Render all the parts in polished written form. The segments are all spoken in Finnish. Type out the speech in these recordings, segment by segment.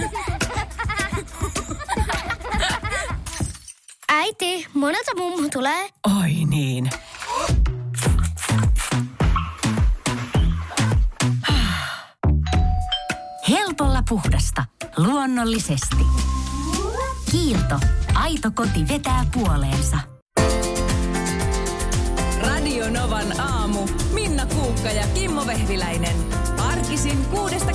Äiti, monelta mummu tulee? Oi niin. Helpolla puhdasta. Luonnollisesti. Kiilto. Aito koti vetää puoleensa. Radio Novan aamu. Minna Kuukka ja Kimmo Vehviläinen. Arkisin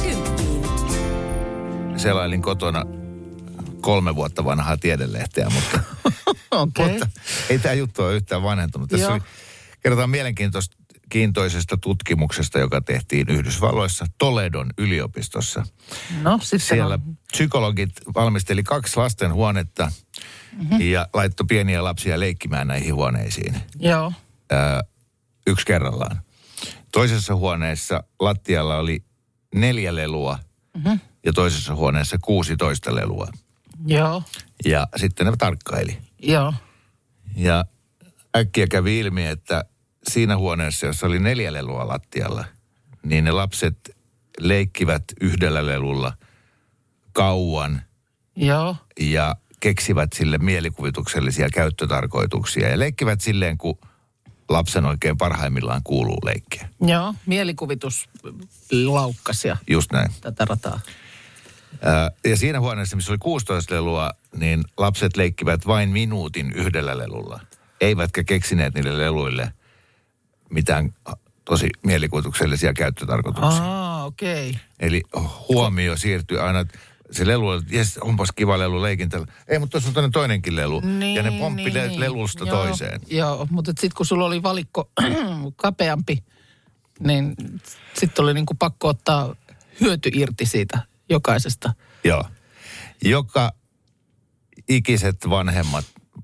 6–10. Selailin kotona 3 vuotta vanhaa tiedelehteä, mutta, Okay. mutta ei tämä juttu ole yhtään vanhentunut. Tässä oli, kerrotaan mielenkiintoisesta tutkimuksesta, joka tehtiin Yhdysvalloissa Toledon yliopistossa. No, sitten Siellä psykologit valmisteli 2 lastenhuonetta ja laittoi pieniä lapsia leikkimään näihin huoneisiin. Joo. Yksi kerrallaan. Toisessa huoneessa lattialla oli 4 lelua ja toisessa huoneessa 16 lelua. Joo. Ja sitten ne tarkkaili. Joo. Ja äkkiä kävi ilmi, että siinä huoneessa, jossa oli 4 lelua lattialla, niin ne lapset leikkivät 1 lelulla kauan Joo. ja keksivät sille mielikuvituksellisia käyttötarkoituksia. Ja leikkivät silleen, kun lapsen oikein parhaimmillaan kuuluu leikkiä. Joo. Mielikuvitus laukkasia Just näin. tätä rataa. Ja siinä huoneessa, missä oli 16 lelua, niin lapset leikkivät vain minuutin 1 lelulla. Eivätkä keksineet niille leluille mitään tosi mielikuvituksellisia käyttötarkoituksia. Okei. Okay. Eli huomio siirtyy aina, se lelu, jes, onpas kiva lelu leikintällä. Ei, mutta tuossa on toinenkin lelu. Niin, ja ne pomppi lelusta joo, toiseen. Joo, mutta sitten kun sulla oli valikko kapeampi, niin sitten oli niinku pakko ottaa hyöty irti siitä jokaisesta. Joo. Joka ikiset vanhemmat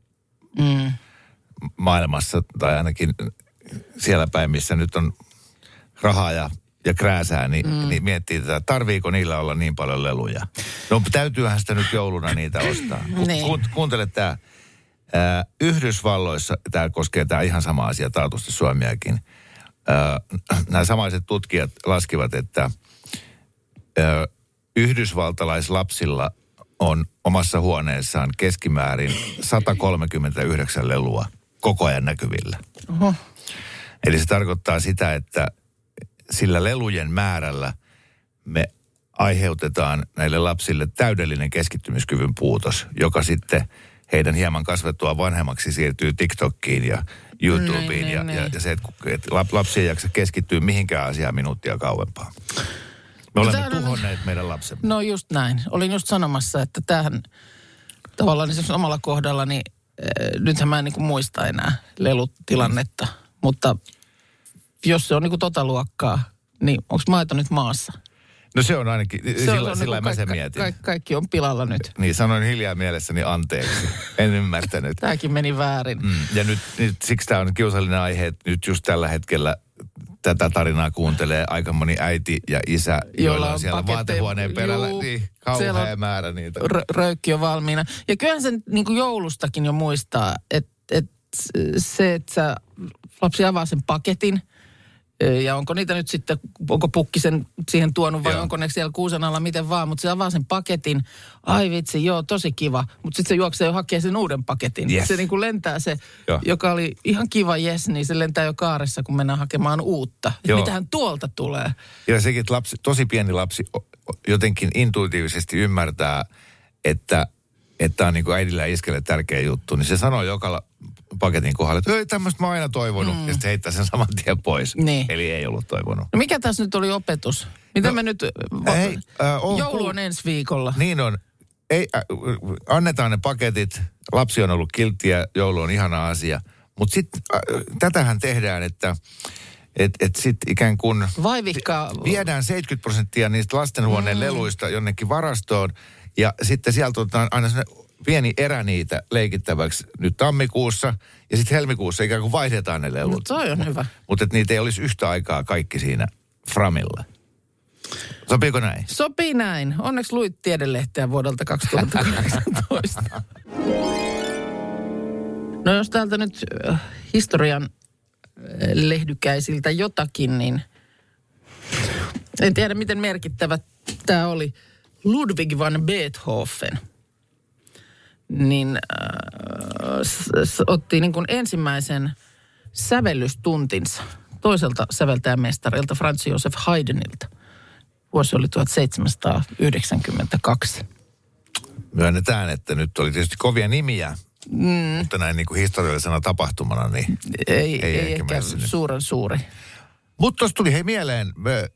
maailmassa, tai ainakin siellä päin, missä nyt on rahaa ja krääsää, niin miettii tätä, tarviiko niillä olla niin paljon leluja. No täytyyhän sitä nyt jouluna niitä ostaa. Kuuntele tämä. Yhdysvalloissa, tämä koskee tämä ihan sama asia taatusti Suomeakin. Nämä samaiset tutkijat laskivat, että yhdysvaltalaislapsilla on omassa huoneessaan keskimäärin 139 lelua koko ajan näkyvillä. Oho. Eli se tarkoittaa sitä, että sillä lelujen määrällä me aiheutetaan näille lapsille täydellinen keskittymiskyvyn puutos, joka sitten heidän hieman kasvettua vanhemmaksi siirtyy TikTokiin ja YouTubeen ja se, että lapsi ei jaksa keskittyä mihinkään asiaan minuuttia kauempaa. Me olemme tuhonneet meidän lapsemme. No just näin. Olin just sanomassa, että tämähän tavallaan niin omalla kohdalla, niin nythän mä en niin kuin muista enää lelutilannetta, mutta jos se on niin kuin tota luokkaa, niin onko maito nyt maassa? No se on ainakin, sillä mä sen mietin. Kaikki on pilalla nyt. Niin, sanoin hiljaa mielessäni anteeksi. En ymmärtänyt. Tämäkin meni väärin. Ja nyt siksi tämä on kiusallinen aihe, että nyt just tällä hetkellä tätä tarinaa kuuntelee aika moni äiti ja isä, joilla on siellä vaatehuoneen perällä niin kauhea määrä niitä. Röykki on valmiina. Ja kyllähän sen niin kuin joulustakin jo muistaa, että se, että lapsi avaa sen paketin, ja onko niitä nyt sitten, onko pukki sen siihen tuonut vai onko ne siellä kuusen alla, miten vaan. Mutta se avaa sen paketin. Ai vitsi, joo, tosi kiva. Mutta sitten se juoksee jo hakee sen uuden paketin. Yes. Se niin kuin lentää se, joka oli ihan kiva niin se lentää jo kaaressa, kun mennään hakemaan uutta. Mitähän tuolta tulee? Ja sekin, että tosi pieni lapsi jotenkin intuitiivisesti ymmärtää, että on niin kuin äidillä ja iskelle tärkeä juttu. Niin se sanoo joka paketin kohdalla, että ei tämmöistä mä oon aina toivonut. Ja sitten heittää sen saman tien pois. Niin. Eli ei ollut toivonut. No mikä tässä nyt oli opetus? Mitä me nyt... Joulu on ensi viikolla. Niin on. Annetaan ne paketit. Lapsi on ollut kilttiä. Joulu on ihana asia. Mutta sitten tätähän tehdään, että sitten ikään kuin... Viedään 70% niistä lastenhuoneen leluista jonnekin varastoon. Ja sitten sieltä otetaan aina pieni erä niitä leikittäväksi nyt tammikuussa. Ja sitten helmikuussa ikään kuin vaihdetaan ne lelut. No toi on hyvä. Mutta niitä ei olisi yhtä aikaa kaikki siinä framilla. Sopiiko näin? Sopii näin. Onneksi luit tiedelehteä vuodelta 2018. No jos täältä nyt historian lehdykäisiltä jotakin, niin en tiedä miten merkittävä tämä oli. Ludwig van Beethoven, niin otti niin kuin ensimmäisen sävellystuntinsa toiselta säveltäjämestarilta Franz Joseph Haydnilta. Vuosi oli 1792. Myönnetään, että nyt oli tietysti kovia nimiä, mutta näin niin kuin historiallisena tapahtumana, niin ei ehkä suuren suuri. Mutta tuossa tuli mieleen,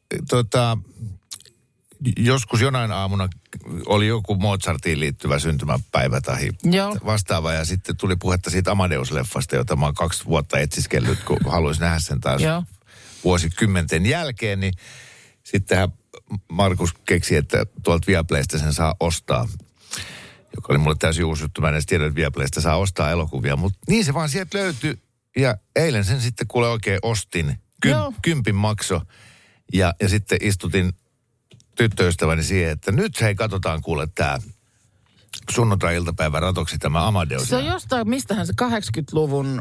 joskus jonain aamuna oli joku Mozartiin liittyvä syntymäpäivä tai vastaava, ja sitten tuli puhetta siitä Amadeus-leffasta, jota mä oon 2 vuotta etsiskellyt, kun haluaisin nähdä sen taas vuosikymmenten jälkeen, niin sittenhän Markus keksi, että tuolta Viaplaysta sen saa ostaa, joka oli mulle täysin uusi juttu. Mä en edes tiedä, että Viaplaysta saa ostaa elokuvia, mutta niin se vaan sieltä löytyi, ja eilen sen sitten kuule oikein ostin, 10 makso, ja sitten istutin tyttöystäväni siihen, että nyt hei katsotaan kuule tää sunnuntai-iltapäivän ratoksi tämä Amadeus. Se on jostain, mistähän se 80-luvun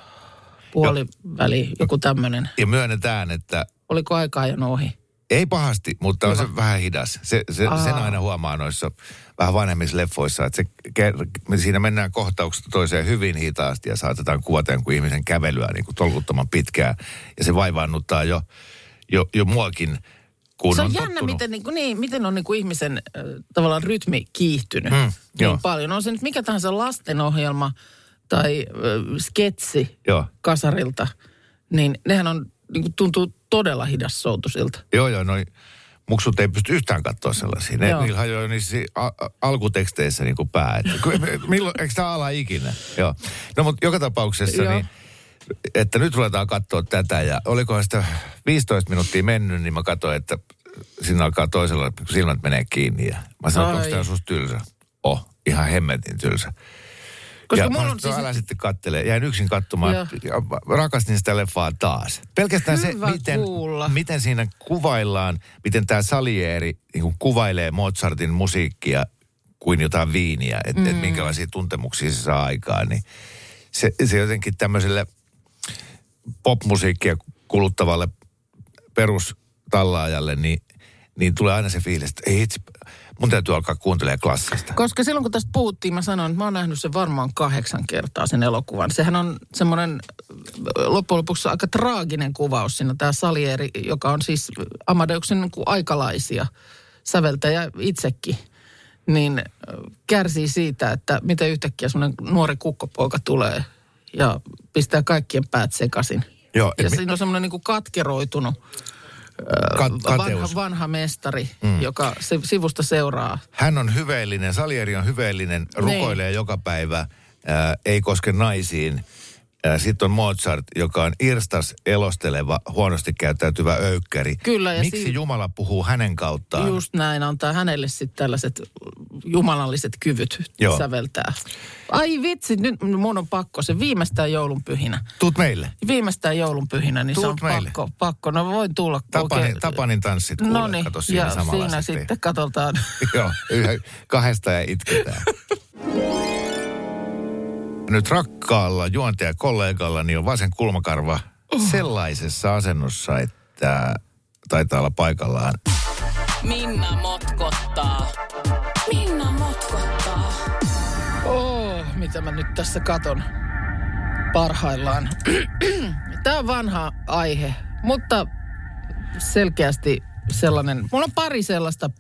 puoliväli, joku tämmöinen. Ja myönnetään, että... Oliko aikaa jo ohi? Ei pahasti, mutta on se vähän hidas. Sen aina huomaa noissa vähän vanhemmissa leffoissa, että siinä mennään kohtauksesta toiseen hyvin hitaasti ja saatetaan kuvata jonkun ihmisen kävelyä niin kuin tolkuttoman pitkään. Ja se vaivaannuttaa jo muakin, kun se on jännä, miten on niin kuin ihmisen tavallaan rytmi kiihtynyt niin paljon. On se nyt mikä tahansa lastenohjelma tai sketsi kasarilta, niin nehän on, niin kuin tuntuu todella hidassoutuisilta. Joo, noi muksut ei pysty yhtään katsoa sellaisia. Niillä hajoaa niissä alkuteksteissä niin kuin pää. Eikö tämä ala ikinä? Joo. No mutta joka tapauksessa, niin, että nyt ruvetaan katsoa tätä, ja olikohan sitä 15 minuuttia mennyt, niin mä katsoin, että siinä alkaa toisella, kun silmät menee kiinni, ja mä sanoin, että onko tämä susta tylsä? Ihan hemmetin tylsä. Koska ja mulla on siis... älä sitten kattele. Jäin yksin katsomaan ja rakastin sitä leffaa taas. Pelkästään hyvä se, miten siinä kuvaillaan, miten tämä Salieri niin kuvailee Mozartin musiikkia kuin jotain viiniä, että minkälaisia tuntemuksia se saa aikaan, niin se jotenkin tämmöiselle popmusiikkia kuluttavalle perustallaajalle, niin tulee aina se fiilis, että ei itse... Mun täytyy alkaa kuuntelemaan klassista. Koska silloin kun tästä puhuttiin, mä sanoin, että mä oon nähnyt sen varmaan 8 kertaa sen elokuvan. Sehän on semmoinen loppujen lopuksi aika traaginen kuvaus siinä. Tämä Salieri, joka on siis Amadeuksen niin kuin aikalaisia säveltäjä itsekin, niin kärsii siitä, että miten yhtäkkiä semmoinen nuori kukkopoika tulee ja pistää kaikkien päät sekaisin. Joo, ja siinä on semmoinen niin kuin katkeroitunut... Vanha mestari, joka sivusta seuraa. Hän on hyveellinen, Salieri on hyveellinen, rukoilee joka päivä, ei koske naisiin. Sitten on Mozart, joka on irstas, elosteleva, huonosti käyttäytyvä öykkäri. Kyllä, ja miksi Jumala puhuu hänen kauttaan? Just näin, antaa hänelle sitten tällaiset jumalalliset kyvyt säveltää. Ai vitsi, nyt mun on pakko se viimeistään joulunpyhinä. Tuut meille. Viimeistään joulunpyhinä, niin tuut se on meille. Pakko. No voin tulla. Tapanin tanssit kuule, noniin, kato siinä ja samalla. siinä sitten katsotaan. Joo, kahdesta ja itketään. Nyt rakkaalla juontajakollegallani on vasen kulmakarva sellaisessa asennossa, että taitaa olla paikallaan. Minna motkottaa. Mitä mä nyt tässä katon parhaillaan. Tämä on vanha aihe, mutta selkeästi sellainen, mulla on pari sellaista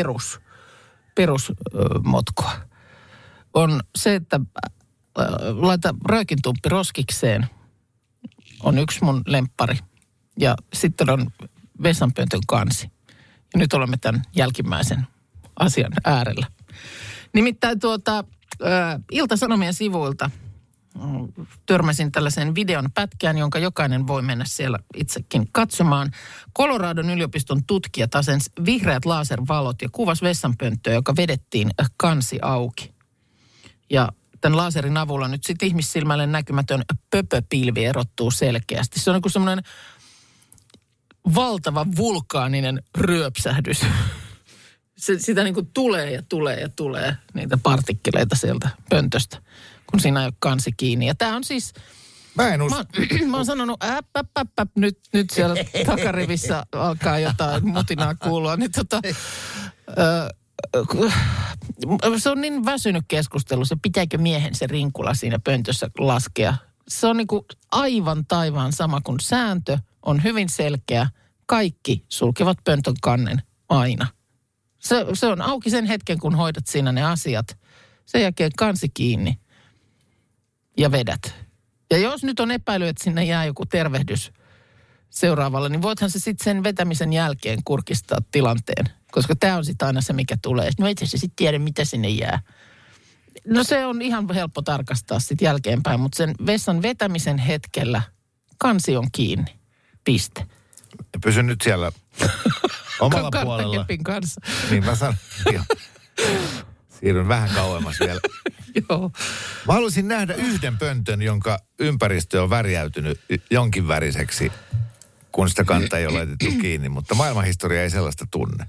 perusmotkoa. On se, että laita röökintumppi roskikseen, on yksi mun lemppari. Ja sitten on vessanpöntön kansi. Ja nyt olemme tämän jälkimmäisen asian äärellä. Nimittäin Ilta-Sanomien sivuilta törmäsin tällaisen videon pätkään, jonka jokainen voi mennä siellä itsekin katsomaan. Coloradon yliopiston tutkijat asensi vihreät laservalot ja kuvasi vessanpönttöä, joka vedettiin kansi auki. Ja tämän laserin avulla nyt sitten ihmissilmälle näkymätön pöpöpilvi erottuu selkeästi. Se on niin kuin semmoinen valtava vulkaaninen ryöpsähdys. Sitä niin kuin tulee niitä partikkeleita sieltä pöntöstä, kun siinä ei ole kansi kiinni. Ja tämä on siis... Mä oon sanonut, nyt siellä takarivissä alkaa jotain mutinaa kuulua. Niin se on niin väsynyt keskustelu, se pitääkö miehen se rinkula siinä pöntössä laskea. Se on niin kuin aivan taivaan sama, kun sääntö on hyvin selkeä. Kaikki sulkevat pöntön kannen aina. Se on auki sen hetken, kun hoidat siinä ne asiat. Sen jälkeen kansi kiinni ja vedät. Ja jos nyt on epäily, että sinne jää joku tervehdys seuraavalle, niin voithan se sitten sen vetämisen jälkeen kurkistaa tilanteen. Koska tämä on sitten aina se, mikä tulee. No itse asiassa sitten tiedä, mitä sinne jää. No se on ihan helppo tarkastaa sitten jälkeenpäin, mutta sen vessan vetämisen hetkellä kansi on kiinni. Piste. Pysy nyt siellä omalla puolella. Karttakepin kanssa. Niin mä sanon, joo. Siirryn vähän kauemmas vielä. Joo. Mä haluaisin nähdä yhden pöntön, jonka ympäristö on värjäytynyt jonkin väriseksi, kun sitä kantta ei ole laitettu kiinni, mutta maailmanhistoria ei sellaista tunne.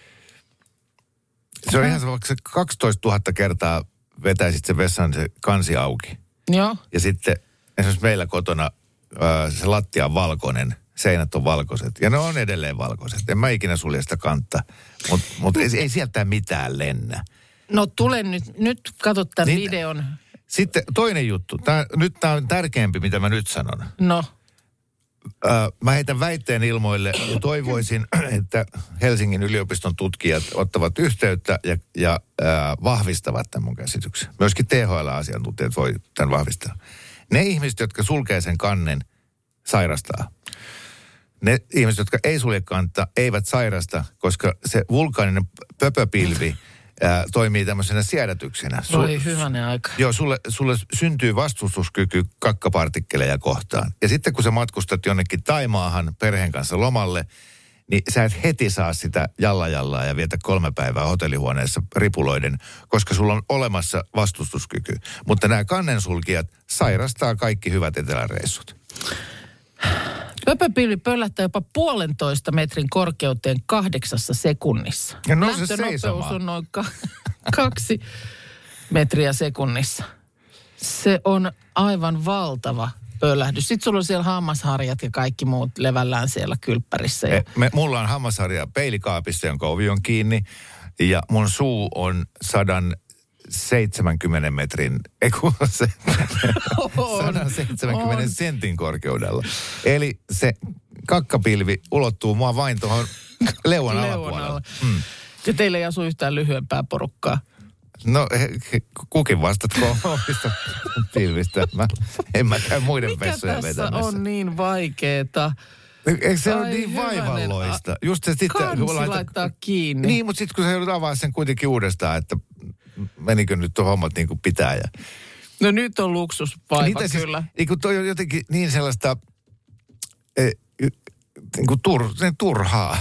Se on ihan se, vaikka 12 000 kertaa vetäisit sen vessan se kansi auki. Joo. Ja sitten esimerkiksi meillä kotona se lattia on valkoinen, seinät on valkoiset ja ne on edelleen valkoiset. En mä ikinä sulje sitä kantta, mutta ei sieltä mitään lennä. No tule nyt katso tämän niin, videon. Sitten toinen juttu. Tämä on tärkeämpi, mitä mä nyt sanon. No. Mä heitän väitteen ilmoille ja toivoisin, että Helsingin yliopiston tutkijat ottavat yhteyttä ja vahvistavat tämän mun käsityksen. Myöskin THL-asiantuntijat voi tämän vahvistaa. Ne ihmiset, jotka sulkee sen kannen, sairastaa. Ne ihmiset, jotka ei sulje kantta, eivät sairasta, koska se vulkaaninen pöpöpilvi toimii tämmöisenä siedätyksenä. Voi hyvänen aika. Joo, sulle syntyy vastustuskyky kakkapartikkeleja kohtaan. Ja sitten kun sä matkustat jonnekin Taimaahan perheen kanssa lomalle, niin sä et heti saa sitä jallajallaa ja vietä 3 päivää hotellihuoneessa ripuloiden, koska sulla on olemassa vastustuskyky. Mutta nämä kannensulkijat sairastaa kaikki hyvät eteläreissut. Pöpöpilvi pöllähtää jopa 1,5 metrin korkeuteen 8 sekunnissa. Ja nouse lähtönopeus seisomaan. on noin 2 metriä sekunnissa. Se on aivan valtava pöllähdys. Sitten sulla on siellä hammasharjat ja kaikki muut levällään siellä kylppärissä. Mulla on hammasharja peilikaapissa, jonka ovi on kiinni. Ja mun suu on 170 metrin, 170 sentin korkeudella. Eli se kakkapilvi ulottuu mua vain tuohon leuan alapuolella. Ja teillä ei asu yhtään lyhyempää porukkaa. No, kukin vastatko omista pilvistä. En mä käy muiden vessoja vetämässä. Mikä tässä on niin vaikeeta? Eikö se ole niin vaivalloista? Just se sitten, kansi laittaa kiinni. Niin, mutta sitten kun sä joudut avaa sen kuitenkin uudestaan, että menikö nyt tuon hommat niin kuin pitää. No nyt on luksusvaiva kyllä. Niin kuin toi on jotenkin niin sellaista niin kuin turhaa.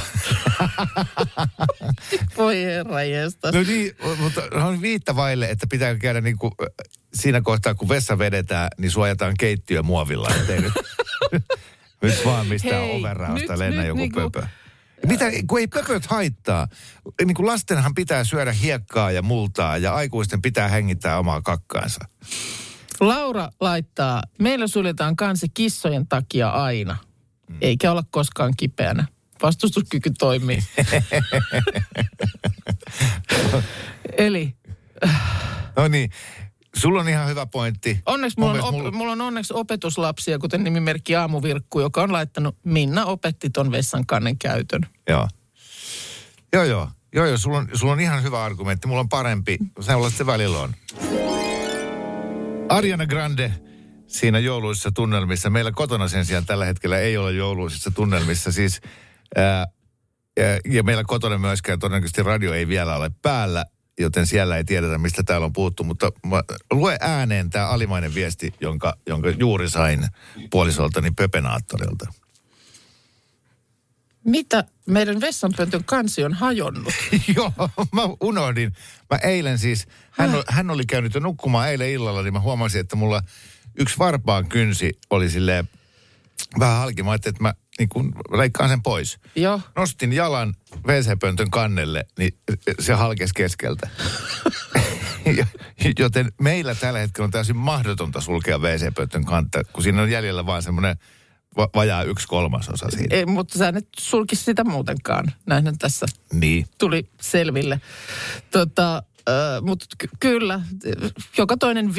Voi herranjestas. No niin, mutta on viittavaille, että pitää käydä niin kuin siinä kohtaa, kun vessa vedetään, niin suojataan keittiö muovilla. Nyt vaan mistään ovenraosta lennä joku niinku pöpö. Mitä, kun ei pöpöt haittaa. Niin kuin lastenhan pitää syödä hiekkaa ja multaa ja aikuisten pitää hengittää omaa kakkaansa. Laura laittaa, meillä suljetaan kansi kissojen takia aina. Eikä olla koskaan kipeänä. Vastustuskyky toimii. Eli. No niin. Sulla on ihan hyvä pointti. Onneksi mulla on onneksi opetuslapsia, kuten nimimerkki Aamuvirkku, joka on laittanut, Minna opetti ton vessankannen käytön. Joo, sulla on ihan hyvä argumentti. Mulla on parempi. Sellaista välillä on. Ariana Grande siinä jouluisissa tunnelmissa. Meillä kotona sen sijaan tällä hetkellä ei ole jouluisissa tunnelmissa. Siis, ja meillä kotona myöskään todennäköisesti radio ei vielä ole päällä, joten siellä ei tiedetä, mistä täällä on puhuttu. Mutta lue ääneen tämä alimainen viesti, jonka juuri sain puolisoltani Pöpenaattorilta. Mitä? Meidän vessanpöntön kansi on hajonnut. Joo, mä unohdin. Mä eilen siis, hän oli käynyt jo nukkumaan eilen illalla, niin mä huomasin, että mulla yksi varpaan kynsi oli silleen vähän halki. Mä ajattelin, että mä niin kun leikkaan sen pois. Joo. Nostin jalan WC-pöntön kannelle, niin se halkesi keskeltä. Joten meillä tällä hetkellä on täysin mahdotonta sulkea WC-pöntön kantta, kun siinä on jäljellä vaan semmoinen vajaa 1/3 siitä. Ei, mutta sä et sulkisi sitä muutenkaan. Näinhän tässä tuli selville. Mutta kyllä, joka toinen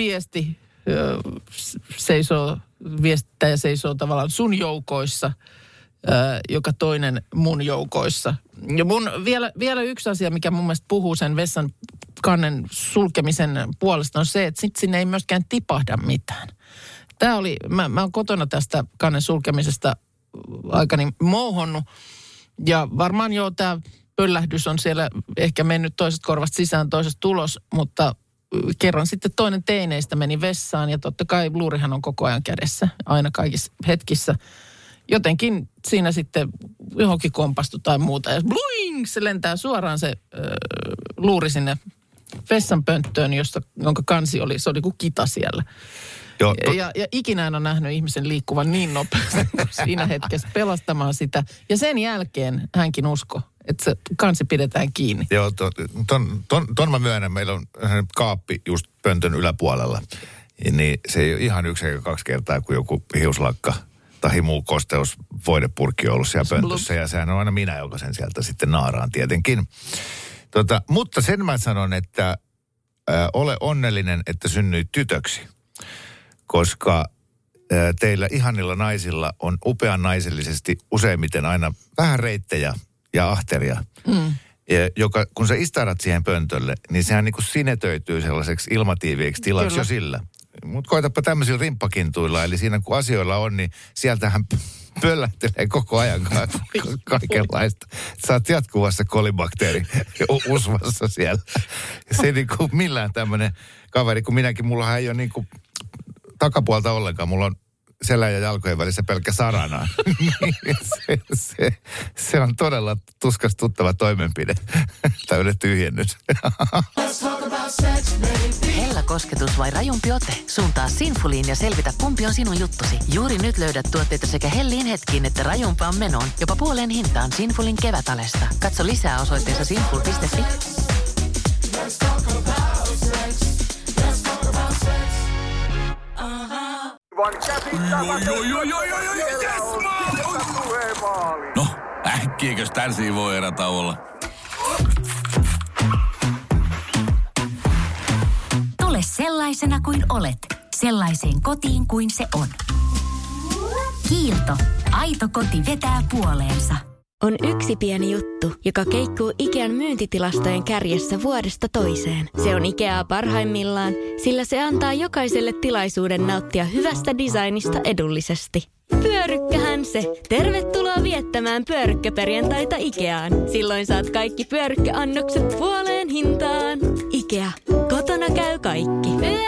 viestittäjä seisoo tavallaan sun joukoissa, joka toinen mun joukoissa. Ja vielä yksi asia, mikä mun mielestä puhuu sen vessan kannen sulkemisen puolesta, on se, että sinne ei myöskään tipahda mitään. Tämä oli, mä oon kotona tästä kannen sulkemisesta aikani mouhonnut, ja varmaan tämä pöllähdys on siellä ehkä mennyt toisesta korvasta sisään, toisesta tulos, mutta kerran sitten toinen teineistä meni vessaan, ja totta kai luurihan on koko ajan kädessä, aina kaikissa hetkissä. Jotenkin siinä sitten johonkin kompastui tai muuta, ja bluing, se lentää suoraan se luuri sinne vessanpönttöön, jonka kansi oli, se oli kuin kita siellä. Joo, ja ikinä en ole nähnyt ihmisen liikkuvan niin nopeasti siinä hetkessä pelastamaan sitä. Ja sen jälkeen hänkin usko, että se kansi pidetään kiinni. Joo, ton mä myönnän. Meillä on kaappi just pöntön yläpuolella. Niin se ei ole ihan 1 eikä 2 kertaa, kun joku hiuslakka tai muu kosteusvoidepurkki on ollut siellä pöntössä. Ja sehän on aina minä, joka sen sieltä sitten naaraan tietenkin. Mutta sen mä sanon, että ole onnellinen, että synnyit tytöksi. Koska teillä ihanilla naisilla on upean naisellisesti useimmiten aina vähän reittejä ja ahteria. Joka, kun sä istahdat siihen pöntölle, niin sehän niin kuin sinetöityy sellaiseksi ilmatiiviiksi tilaksi jo sillä. Mutta koetapa tämmöisillä rimppakintuilla, eli siinä kun asioilla on, niin sieltähän pöllähtelee koko ajan kaikenlaista. Sä oot jatkuvassa kolibakteeri usvassa siellä. Se ei niin kuin millään tämmöinen kaveri, kun minäkin, mullahan ei ole niin kuin takapuolta ollenkaan. Mulla on selän ja jalkojen välissä pelkkä sarana. se on todella tuskastuttava toimenpide. Täyden tyhjennys. Hellä kosketus vai rajumpi ote? Suuntaa Sinfuliin ja selvitä, kumpi on sinun juttusi. Juuri nyt löydät tuotteita sekä helliin hetkiin että rajumpaan menoon. Jopa puoleen hintaan Sinfulin kevätalesta. Katso lisää osoitteessa sinful.fi. No, äkkiäkös tän voi erätä olla? Tule sellaisena kuin olet, sellaiseen kotiin kuin se on. Kiilto. Aito koti vetää puoleensa. On yksi pieni juttu, joka keikkuu Ikean myyntitilastojen kärjessä vuodesta toiseen. Se on Ikeaa parhaimmillaan, sillä se antaa jokaiselle tilaisuuden nauttia hyvästä designista edullisesti. Pyörykkähän se! Tervetuloa viettämään pyörykkäperjantaita Ikeaan. Silloin saat kaikki pyörykkäannokset puoleen hintaan. Ikea. Kotona käy kaikki.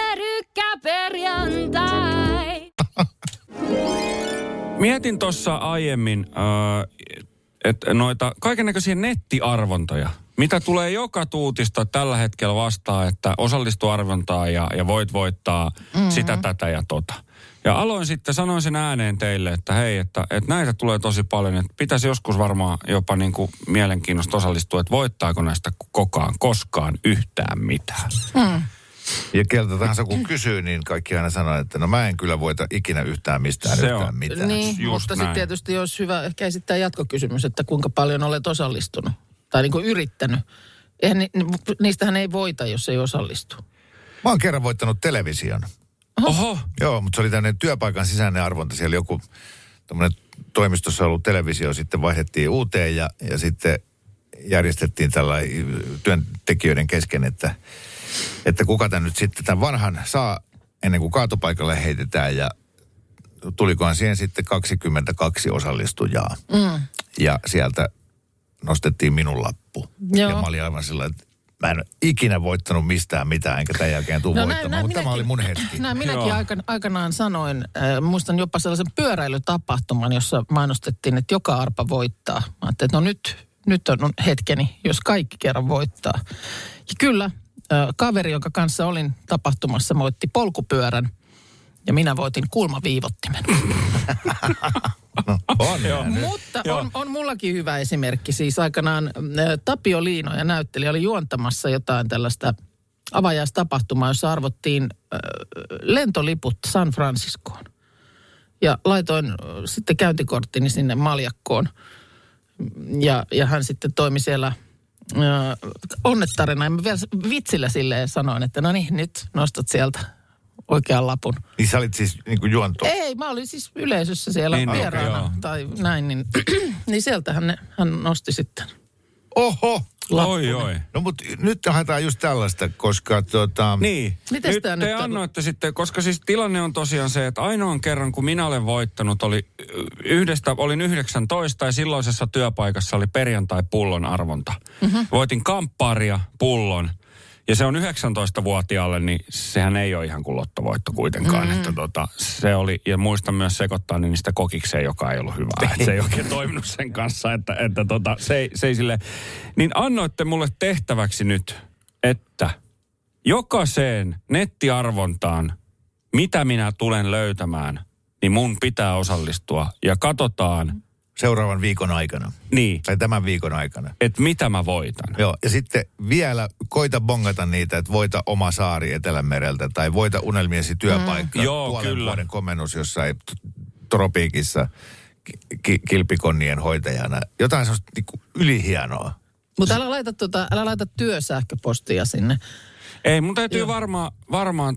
Pyörykkäperjantai! Mietin tuossa aiemmin, että noita kaikennäköisiä nettiarvontoja, mitä tulee joka tuutista tällä hetkellä vastaan, että osallistu arvontaan ja voit voittaa sitä, tätä ja tota. Ja sanoin sen ääneen teille, että hei, että näitä tulee tosi paljon, että pitäisi joskus varmaan jopa niin kuin mielenkiinnosta osallistua, että voittaako näistä koskaan yhtään mitään. Ja keltä tahansa kun kysyy, niin kaikki aina sanoo, että no mä en kyllä voita ikinä yhtään mitään. Niin, mutta sitten tietysti olisi hyvä ehkä esittää jatkokysymys, että kuinka paljon olet osallistunut tai niin kuin yrittänyt. Niistähän ei voita, jos ei osallistu. Mä oon kerran voittanut television. Oho. Joo, mutta se oli tämmöinen työpaikan sisäinen arvonta. Siellä joku tämmöinen toimistossa ollut televisio, sitten vaihdettiin uuteen ja sitten järjestettiin tällainen työntekijöiden kesken, että kuka tämän nyt sitten tämän vanhan saa ennen kuin kaatopaikalle heitetään ja tulikohan siihen sitten 22 osallistujaa. Ja sieltä nostettiin minun lappu. Joo. Ja mä olin aivan sillä, että mä en ole ikinä voittanut mistään mitään, enkä tämän jälkeen tule voittamaan, mutta tämä oli mun hetki. Minäkin aikanaan sanoin, muistan jopa sellaisen pyöräilytapahtuman, jossa mainostettiin, että joka arpa voittaa. Mä ajattelin, että no nyt on hetkeni, jos kaikki kerran voittaa. Ja kyllä, kaveri, jonka kanssa olin tapahtumassa, voitti polkupyörän ja minä voitin kulmaviivottimen. Mutta on mullakin hyvä esimerkki. Siis aikanaan Tapio Liino ja näyttelijä oli juontamassa jotain tällaista avajaistapahtumaa, jossa arvottiin lentoliput San Franciscoon. Ja laitoin sitten käyntikorttini sinne maljakkoon. Ja hän sitten toimi siellä onnettarina. Ja mä vielä vitsillä silleen sanoin, että no niin, nyt nostat sieltä oikean lapun. Niin sä olit siis niin kuin juonto? Ei, mä olin siis yleisössä siellä vieraana tai näin. Niin sieltähän hän nosti sitten. Oho! Oi. No mutta nyt haetaan just tällaista, koska Niin, mites nyt te annoitte sitten, koska siis tilanne on tosiaan se, että ainoan kerran kun minä olen voittanut, olin 19 ja silloisessa työpaikassa oli perjantai-pullon arvonta. Voitin kamppaaria pullon. Ja se on 19-vuotiaalle, niin sehän ei ole ihan kuin lottovoitto kuitenkaan. Että se oli, ja muistan myös sekoittaa niin niistä kokikseen, joka ei ollut hyvää. Että se ei oikein toiminut sen kanssa, että se ei sille. Niin annoitte mulle tehtäväksi nyt, että jokaiseen nettiarvontaan, mitä minä tulen löytämään, niin mun pitää osallistua. Ja katsotaan. Seuraavan viikon aikana. Niin. Tai tämän viikon aikana. Että mitä mä voitan. Joo, ja sitten vielä koita bongata niitä, että voita oma saari Etelämereltä tai voita unelmiesi työpaikka. Puolen vuoden komennus jossain tropiikissa kilpikonnien hoitajana. Jotain sellaista niinku ylihienoa. Mutta älä laita työsähköpostia sinne. Ei, mun täytyy varmaan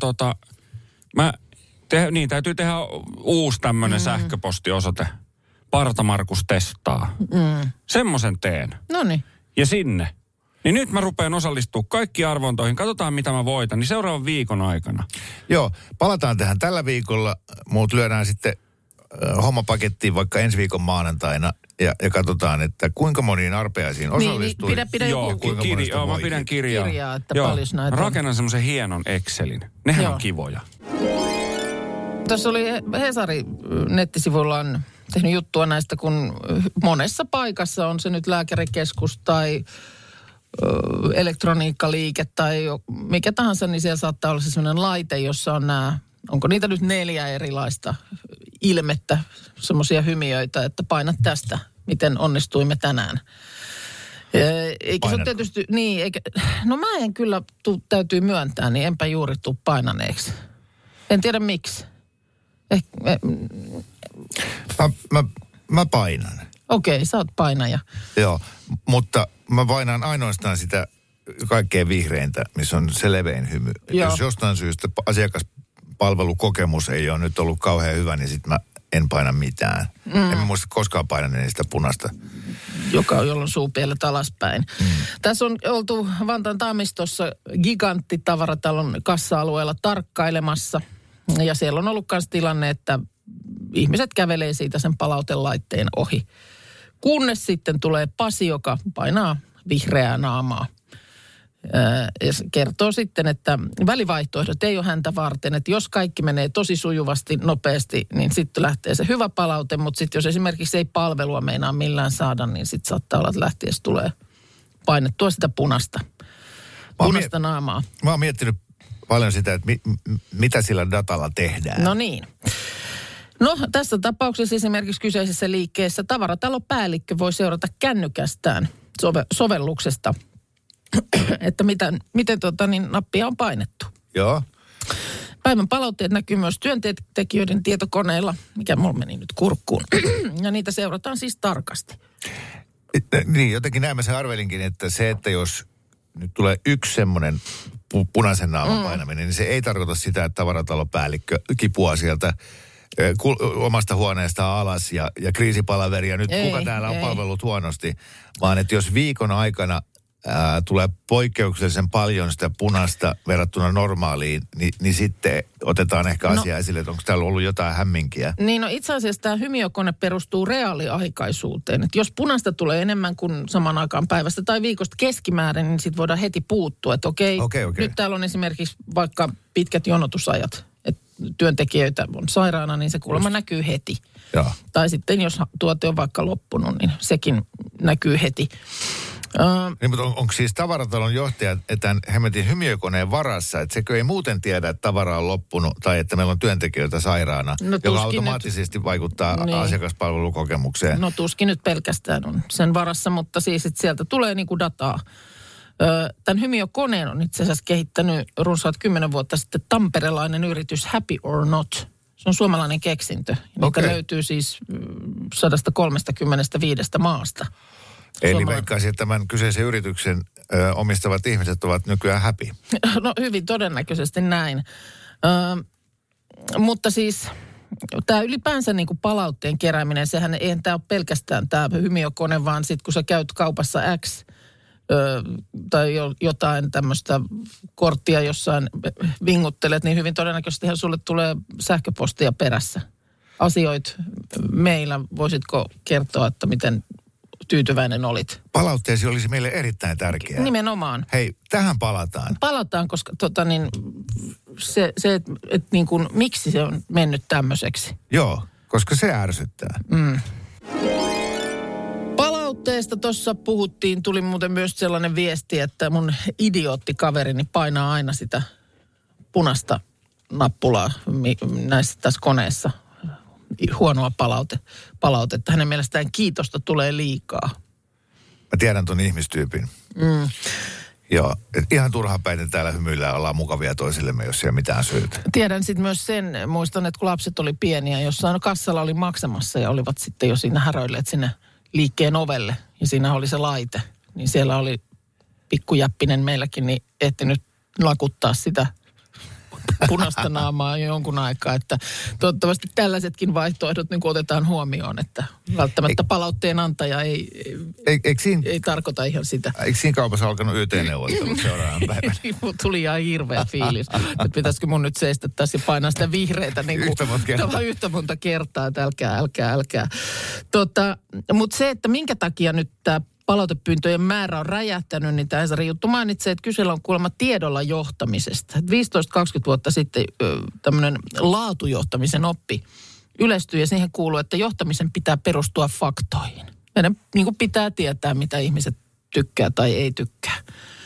täytyy tehdä uusi tämmöinen sähköpostiosoite. Parta Markus testaa. Semmoisen teen. Noniin. Ja sinne. Niin nyt mä rupean osallistumaan kaikkiin arvontoihin. Katsotaan, mitä mä voitan. Niin seuraavan viikon aikana. Joo, palataan tähän tällä viikolla. Muut lyödään sitten hommapakettiin vaikka ensi viikon maanantaina. Ja katsotaan, että kuinka moniin arpeaisiin osallistui. Niin, pidä joku mä pidän kirjaa. Että paljon näitä rakennan semmoisen hienon Excelin. Nehän on kivoja. Tuossa oli Hesari nettisivuillaan tehnyt juttua näistä, kun monessa paikassa on se nyt lääkärikeskus tai elektroniikkaliike tai mikä tahansa, niin siellä saattaa olla se sellainen laite, jossa on onko niitä nyt 4 erilaista ilmettä, semmoisia hymiöitä, että painat tästä, miten onnistuimme tänään. Eikä se ole tietysti, no mä en kyllä täytyy myöntää, niin enpä juuri tuu painaneeksi. En tiedä miksi. Mä painan. Okei, sä oot painaja. Joo, mutta mä painan ainoastaan sitä kaikkein vihreintä, missä on se levein hymy. Jos jostain syystä asiakaspalvelukokemus ei ole nyt ollut kauhean hyvä, niin sit mä en paina mitään. En muista koskaan painaneen sitä punaista. Jolloin suupielet alaspäin. Tässä on oltu Vantaan Taamistossa giganttitavaratalon kassa-alueella tarkkailemassa. Ja siellä on ollut myös tilanne, että ihmiset kävelee siitä sen palautelaitteen ohi. Kunnes sitten tulee Pasi, joka painaa vihreää naamaa. Ja se kertoo sitten, että välivaihtoehdot ei ole häntä varten. Että jos kaikki menee tosi sujuvasti, nopeasti, niin sitten lähtee se hyvä palaute. Mutta sitten jos esimerkiksi ei palvelua meinaa millään saada, niin sitten saattaa olla, että lähtiessä tulee painettua sitä punaista naamaa. Mä oon miettinyt paljon sitä, että mitä sillä datalla tehdään. No niin. No tässä tapauksessa esimerkiksi kyseisessä liikkeessä tavaratalon-päällikkö voi seurata kännykästään sovelluksesta, että miten nappia on painettu. Joo. Päivän palautteet näkyy myös työntekijöiden tietokoneilla, mikä mulla meni nyt kurkkuun. Ja niitä seurataan siis tarkasti. Niin, jotenkin näin mä sen arvelinkin, että se, että jos nyt tulee yksi semmoinen punaisen naaman painaminen, niin se ei tarkoita sitä, että tavaratalon-päällikkö kipuaa sieltä omasta huoneestaan alas ja kriisipalaveria. Nyt kuka täällä on palvellut huonosti, vaan että jos viikon aikana tulee poikkeuksellisen paljon sitä punaista verrattuna normaaliin, niin sitten otetaan ehkä asia esille, että onko täällä ollut jotain hämminkiä. Niin itse asiassa tämä hymiökone perustuu reaaliaikaisuuteen. Että jos punaista tulee enemmän kuin saman aikaan päivästä tai viikosta keskimäärin, niin sitten voidaan heti puuttua. Että okei. Nyt täällä on esimerkiksi vaikka pitkät jonotusajat, että työntekijöitä on sairaana, niin se kuulemma näkyy heti. Ja. Tai sitten jos tuote on vaikka loppunut, niin sekin näkyy heti. Niin, mutta onko siis tavaratalon johtaja tämän hemmetin hymiökoneen varassa, että sekö ei muuten tiedä, että tavara on loppunut tai että meillä on työntekijöitä sairaana, joka automaattisesti vaikuttaa asiakaspalvelukokemukseen? No tuskin nyt pelkästään on sen varassa, mutta siis että sieltä tulee niinku dataa. Tämän hymiökoneen on itse asiassa kehittänyt runsaat 10 vuotta sitten tamperelainen yritys Happy or Not. Se on suomalainen keksintö. Niitä löytyy siis 135 maasta. Eli veikkaisin, että tämän kyseisen yrityksen omistavat ihmiset ovat nykyään happy. No hyvin todennäköisesti näin. Mutta siis tämä ylipäänsä niin kuin palautteen kerääminen, sehän eihän tämä ole pelkästään tämä hymiökone, vaan sitten kun sä käyt kaupassa X tai jotain tämmöistä korttia jossain vinguttelet, niin hyvin todennäköisesti sulle tulee sähköpostia perässä. Asioit meillä. Voisitko kertoa, että miten tyytyväinen olit? Palautteesi olisi meille erittäin tärkeää. Nimenomaan. Hei, tähän palataan. Palataan, koska että niin kuin, miksi se on mennyt tämmöiseksi? Joo, koska se ärsyttää. Palautteesta tuossa puhuttiin, tuli muuten myös sellainen viesti, että mun idiootikaverini painaa aina sitä punaista nappulaa tässä koneessa. Huonoa palautetta. Hänen mielestään kiitosta tulee liikaa. Mä tiedän ton ihmistyypin. Joo, ihan turhapäiten täällä hymyillään, ollaan mukavia toisillemme, jos ei ole mitään syytä. Tiedän sitten myös sen, muistan, että kun lapset oli pieniä, jossain kassalla oli maksamassa ja olivat sitten jo siinä häröilleet sinne liikkeen ovelle. Ja siinä oli se laite, niin siellä oli pikkujäppinen meilläkin, niin ehtinyt lakuttaa sitä punaista naamaa jonkun aikaa, että toivottavasti tällaisetkin vaihtoehdot niin otetaan huomioon, että välttämättä palautteen antaja ei tarkoita ihan sitä. Eikö siinä kaupassa alkanut YT-neuvottelut seuraavan päivänä? Tuli ihan hirveä fiilis, että pitäisikö mun nyt seistä tässä ja painaa sitä vihreitä niin yhtä monta kertaa, että älkää. Mutta se, että minkä takia nyt tämä palautepyyntöjen määrä on räjähtänyt, niin tämä Hesari juttu mainitsee, että kyseellä on kuulemma tiedolla johtamisesta. 15-20 vuotta sitten tämmöinen laatujohtamisen oppi yleistyi ja siihen kuuluu, että johtamisen pitää perustua faktoihin. Meidän niin kuin pitää tietää, mitä ihmiset tykkää tai ei tykkää.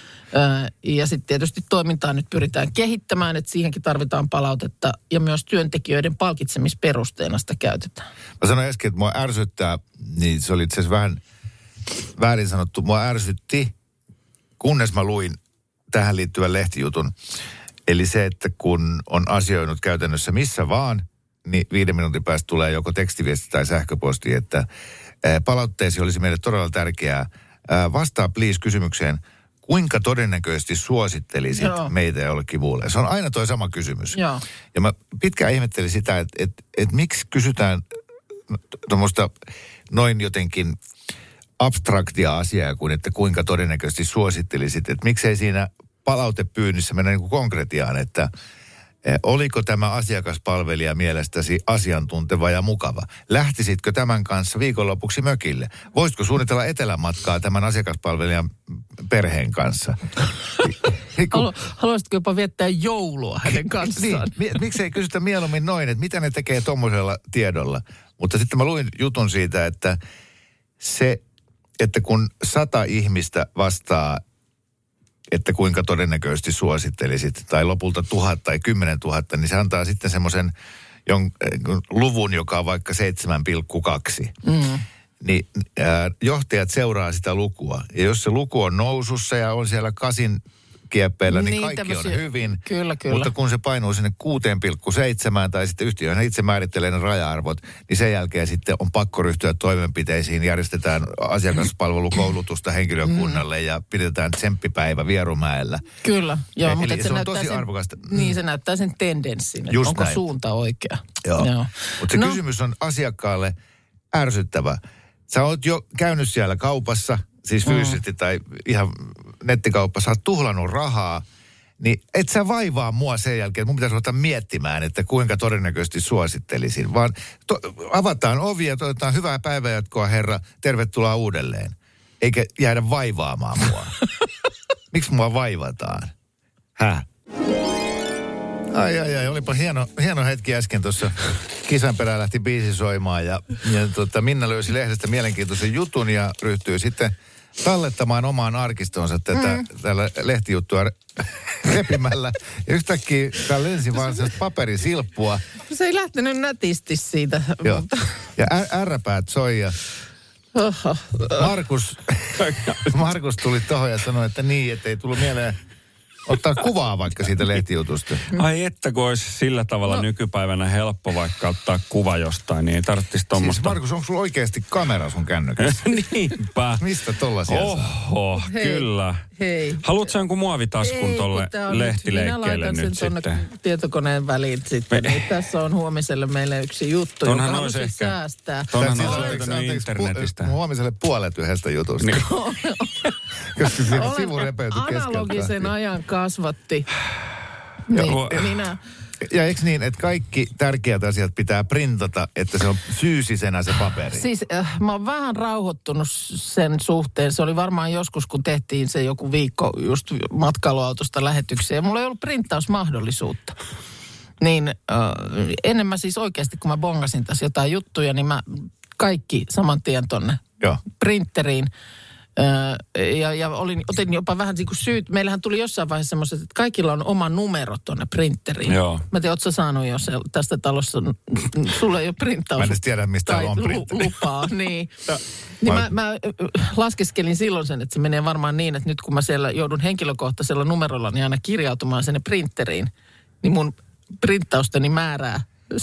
Ja sitten tietysti toimintaa nyt pyritään kehittämään, että siihenkin tarvitaan palautetta ja myös työntekijöiden palkitsemisperusteena sitä käytetään. Mä sanoin äsken, että mua ärsyttää, niin se oli itse asiassa vähän väärin sanottu. Mua ärsytti, kunnes mä luin tähän liittyvän lehtijutun. Eli se, että kun on asioinut käytännössä missä vaan, niin 5 minuutin päästä tulee joko tekstiviesti tai sähköposti, että palautteesi olisi meille todella tärkeää. Vastaa please kysymykseen, kuinka todennäköisesti suosittelisit meitä jollekin muulle? Se on aina toi sama kysymys. Joo. Ja mä pitkään ihmettelin sitä, että miksi kysytään tuommoista noin jotenkin abstraktia asiaa kuin, että kuinka todennäköisesti suosittelisit. Että miksei siinä palautepyynnissä mennä niin kuin konkretiaan, että oliko tämä asiakaspalvelija mielestäsi asiantunteva ja mukava? Lähtisitkö tämän kanssa viikonlopuksi mökille? Voisitko suunnitella etelämatkaa tämän asiakaspalvelijan perheen kanssa? Haluaisitko jopa viettää joulua hänen kanssaan? Miksei kysytä mieluummin noin, että mitä ne tekee tuommoisella tiedolla? Mutta sitten mä luin jutun siitä, että se, että kun 100 ihmistä vastaa, että kuinka todennäköisesti suosittelisit, tai lopulta 1000 tai 10 000, niin se antaa sitten semmoisen luvun, joka on vaikka 7,2. Niin johtajat seuraa sitä lukua. Ja jos se luku on nousussa ja on siellä 8 kieppeillä, niin kaikki on hyvin. Kyllä. Mutta kun se painuu sinne 6,7 tai sitten yhtiö itse määrittelee ne raja-arvot, niin sen jälkeen sitten on pakko ryhtyä toimenpiteisiin. Järjestetään asiakaspalvelukoulutusta henkilökunnalle ja pidetään tsemppipäivä Vierumäellä. Kyllä, joo. Eli mutta se on tosi arvokasta. Niin, se näyttää sen tendenssin, että onko näin. Suunta oikea. Joo. Mutta se kysymys on asiakkaalle ärsyttävä. Sä oot jo käynyt siellä kaupassa, siis fyysisesti tai ihan nettikaupassa, sä oot tuhlannut rahaa, niin et sä vaivaa mua sen jälkeen, että mun pitäisi ruveta miettimään, että kuinka todennäköisesti suosittelisin. Vaan avataan ovi ja toivotaan hyvää päivänjatkoa, herra, tervetuloa uudelleen. Eikä jäädä vaivaamaan mua. Miksi mua vaivataan? Ai, olipa hieno hetki äsken tuossa. Kisan perään lähti biisi soimaan ja Minna löysi lehdestä mielenkiintoisen jutun ja ryhtyi sitten tallettamaan omaan arkistonsa tällä lehtijuttua repimällä. Ja yhtäkkiä täällä lensi vaan sellaista paperisilppua. Se ei lähtenyt nätisti siitä. Joo. Ja ärräpäät soi ja Markus tuli tohon ja sanoi, että niin, ettei tullut mieleen ottaa kuvaa vaikka siitä lehtijutusta. Ai että kun olisi sillä tavalla nykypäivänä helppo vaikka ottaa kuva jostain, niin ei tarvitsisi tommoista. Siis Markus, onko sulla oikeasti kamera sun kännykässä? Niinpä. Mistä tollasia saa? Oho, kyllä. Hei. Haluatko jonkun muovitaskun tolle lehtileikkeelle nyt sitten? Minä laitan sen tietokoneen väliin sitten. Niin tässä on huomiselle meille yksi juttu, joka haluaisin säästää. Tuonhan olisi löytänyt internetistä. Huomiselle puolet yhdestä jutusta. Niin. Koska siinä sivu repeytyi keskeltä. Analogisen ajan kasvatti. Niin, minä... Ja eikö niin, että kaikki tärkeät asiat pitää printata, että se on fyysisenä se paperi? Siis mä oon vähän rauhoittunut sen suhteen. Se oli varmaan joskus, kun tehtiin se joku viikko just matkailuautosta lähetykseen. Ja mulla ei ollut printtausmahdollisuutta. Niin ennen mä siis oikeasti, kun mä bongasin tässä jotain juttuja, niin mä kaikki saman tien tonne printeriin. Ja otin jopa vähän niin kuin syyt. Meillähän tuli jossain vaiheessa semmoiset, että kaikilla on oma numero tuonne printeriin. Joo. Mä en tiedä, ootko sä saanut jo tästä talossa, sulla ei ole printtaus. Mä en edes tiedä, mistä on printeri. Lupaa, niin. Niin mä laskeskelin silloin sen, että se menee varmaan niin, että nyt kun mä siellä joudun henkilökohtaisella numerolla niin aina kirjautumaan sinne printeriin, niin mun printtausteni määrää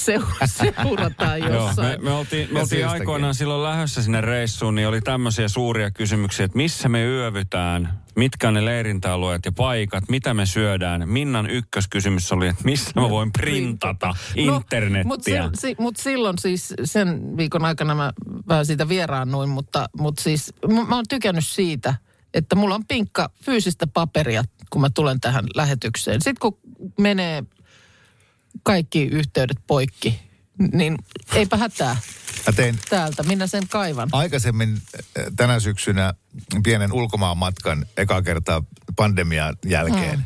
seurataan jossain. Me oltiin aikoinaan silloin lähdössä sinne reissuun, niin oli tämmöisiä suuria kysymyksiä, että missä me yövytään, mitkä on ne leirintäalueet ja paikat, mitä me syödään. Minnan ykköskysymys oli, että missä mä voin printata internettiä. Mutta silloin siis sen viikon aikana mä vähän siitä vieraannuin, mutta siis mä oon tykännyt siitä, että mulla on pinkka fyysistä paperia, kun mä tulen tähän lähetykseen. Sitten kun menee kaikki yhteydet poikki, niin eipä hätää. Täältä, minä sen kaivan. Aikaisemmin tänä syksynä pienen ulkomaan matkan eka kertaa pandemian jälkeen.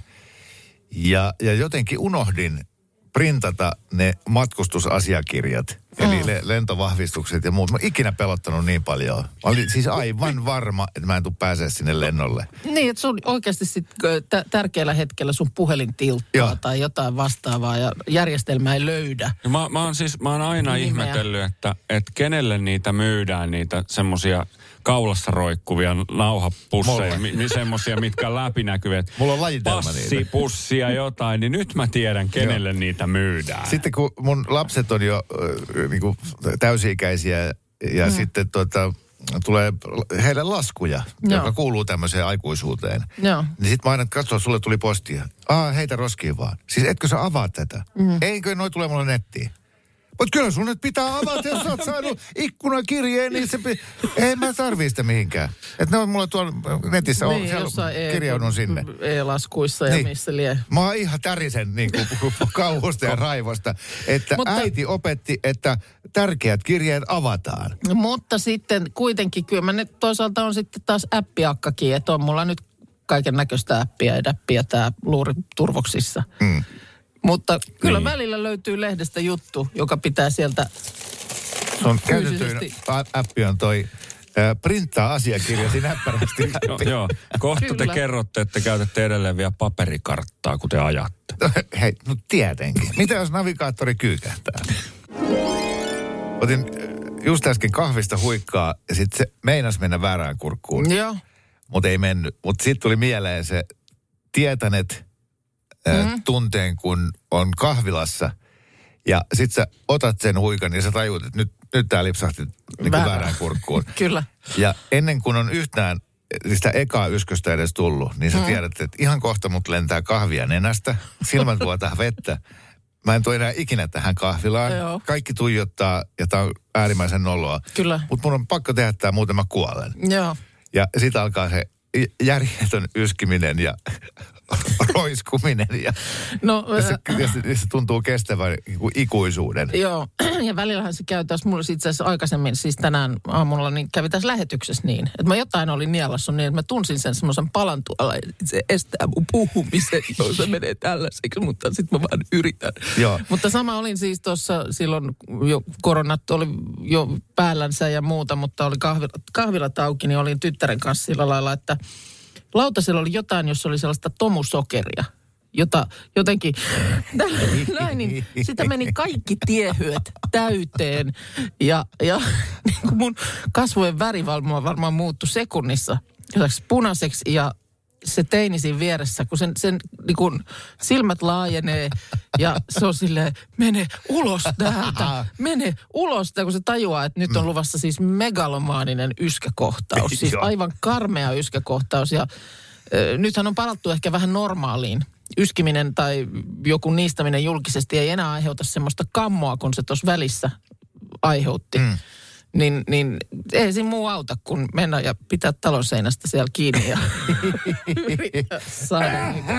Ja jotenkin unohdin printata ne matkustusasiakirjat, eli lentovahvistukset ja muut. Mä oon ikinä pelottanut niin paljon. Mä olin siis aivan varma, että mä en tule pääsee sinne lennolle. Niin, että sun oikeasti sitten tärkeällä hetkellä sun puhelin tilttaa tai jotain vastaavaa ja järjestelmä ei löydä. Mä oon aina ihmetellyt, että kenelle niitä myydään, niitä semmosia kaulassa roikkuvia nauhapusseja, semmosia, mitkä on läpinäkyviä. Mulla on lajitelma passipussia jotain, niin nyt mä tiedän, kenelle niitä myydään. Sitten kun mun lapset on jo niinku täysi-ikäisiä ja sitten tulee heille laskuja, joka kuuluu tämmöiseen aikuisuuteen. Joo. Niin sit mä aina katsoa, sulle tuli postia. Heitä roskiin vaan. Siis etkö sä avaa tätä? Eikö noi tule mulle nettiin? Mutta kyllä sun nyt pitää avata, jos sä oot saanut ikkunakirjeen, niin ei mä tarvii sitä mihinkään. Että ne on mulla tuolla netissä, kirjaudun sinne. E-laskuissa ja missä lie. Mä oon ihan tärisen niin kuin kauhusta ja raivosta, että äiti opetti, että tärkeät kirjeet avataan. Mutta sitten kuitenkin, kyllä mä nyt toisaalta on sitten taas appiakkakin, että on mulla nyt kaiken näköistä appia tää luuriturvoksissa. Mutta kyllä välillä löytyy lehdestä juttu, joka pitää sieltä sun käytetyin appi on toi printtaa asiakirjasi näppärästi. Joo. Kohta te kerrotte, että käytätte edelleen vielä paperikarttaa, kun te ajatte. Hei, no tietenkin. Mitä jos navigaattori kyykähtää? Otin just äsken kahvista huikkaa ja sitten se meinas mennä väärään kurkkuun. Joo. Mutta ei mennyt. Mutta sitten tuli mieleen se tietänet tunteen, kun on kahvilassa ja sit sä otat sen huikan ja sä tajuut, että nyt tää lipsahti niin väärään kurkkuun. Kyllä. Ja ennen kuin on yhtään sitä ekaa ysköstä edes tullut, niin sä tiedät, että ihan kohta mut lentää kahvia nenästä, silmät vuotaa vettä. Mä en tule enää ikinä tähän kahvilaan. Joo. Kaikki tuijottaa ja tää on äärimmäisen noloa. Kyllä. Mutta mun on pakko tehdä tää, muuten mä kuolen. Joo. Ja sit alkaa se järjetön yskiminen ja roiskuminen ja se tuntuu kestävän ikuisuuden. Joo, ja välillähän se käy taas mulle itse asiassa aikaisemmin, siis tänään aamulla, niin kävi tässä lähetyksessä niin, että mä jotain olin nielassa niin, että mä tunsin sen semmoisen palan tuolla, että se estää mun puhumisen, jos se menee tällaiseksi, mutta sitten mä vaan yritän. Joo. Mutta sama olin siis tuossa silloin, jo koronat oli jo päällänsä ja muuta, mutta oli kahvilat auki, niin olin tyttären kanssa sillä lailla, että lautasella oli jotain, jossa oli sellaista tomusokeria, jota jotenkin, näin, niin sitä meni kaikki tiehyöt täyteen. Ja niin kuin mun kasvojen väri varmaan muuttui sekunnissa punaiseksi ja se teini siinä vieressä, kun sen niin kun silmät laajenee ja se on silleen, mene ulos täältä, kun se tajuaa, että nyt on luvassa siis megalomaaninen yskäkohtaus. Siis aivan karmea yskäkohtaus ja nythän on palattu ehkä vähän normaaliin. Yskiminen tai joku niistäminen julkisesti ei enää aiheuta semmoista kammoa, kun se tuossa välissä aiheutti. Niin ei siinä muu auta, kun mennä ja pitää talon seinästä siellä kiinni ja yrittää saada.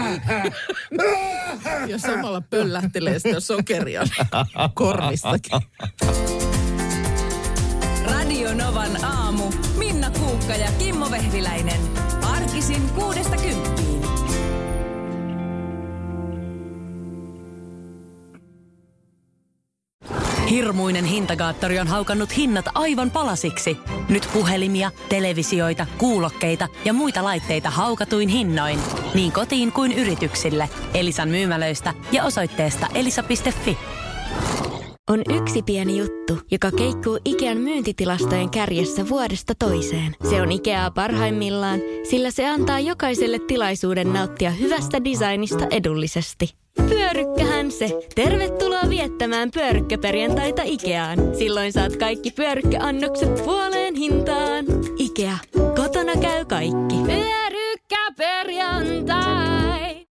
Ja samalla pöllähtelee sitä sokeria korvistakin. Radio Novan aamu. Minna Kuukka ja Kimmo Vehviläinen. Arkisin 6–10. Hirmuinen hintakaattori on haukannut hinnat aivan palasiksi. Nyt puhelimia, televisioita, kuulokkeita ja muita laitteita haukatuin hinnoin. Niin kotiin kuin yrityksille. Elisan myymälöistä ja osoitteesta elisa.fi. On yksi pieni juttu, joka keikkuu Ikean myyntitilastojen kärjessä vuodesta toiseen. Se on Ikeaa parhaimmillaan, sillä se antaa jokaiselle tilaisuuden nauttia hyvästä designista edullisesti. Pyörykkähän se! Tervetuloa viettämään pyörykkäperjantaita Ikeaan. Silloin saat kaikki pyörykkäannokset puoleen hintaan. Ikea. Kotona käy kaikki. Pyörykkäperjantai!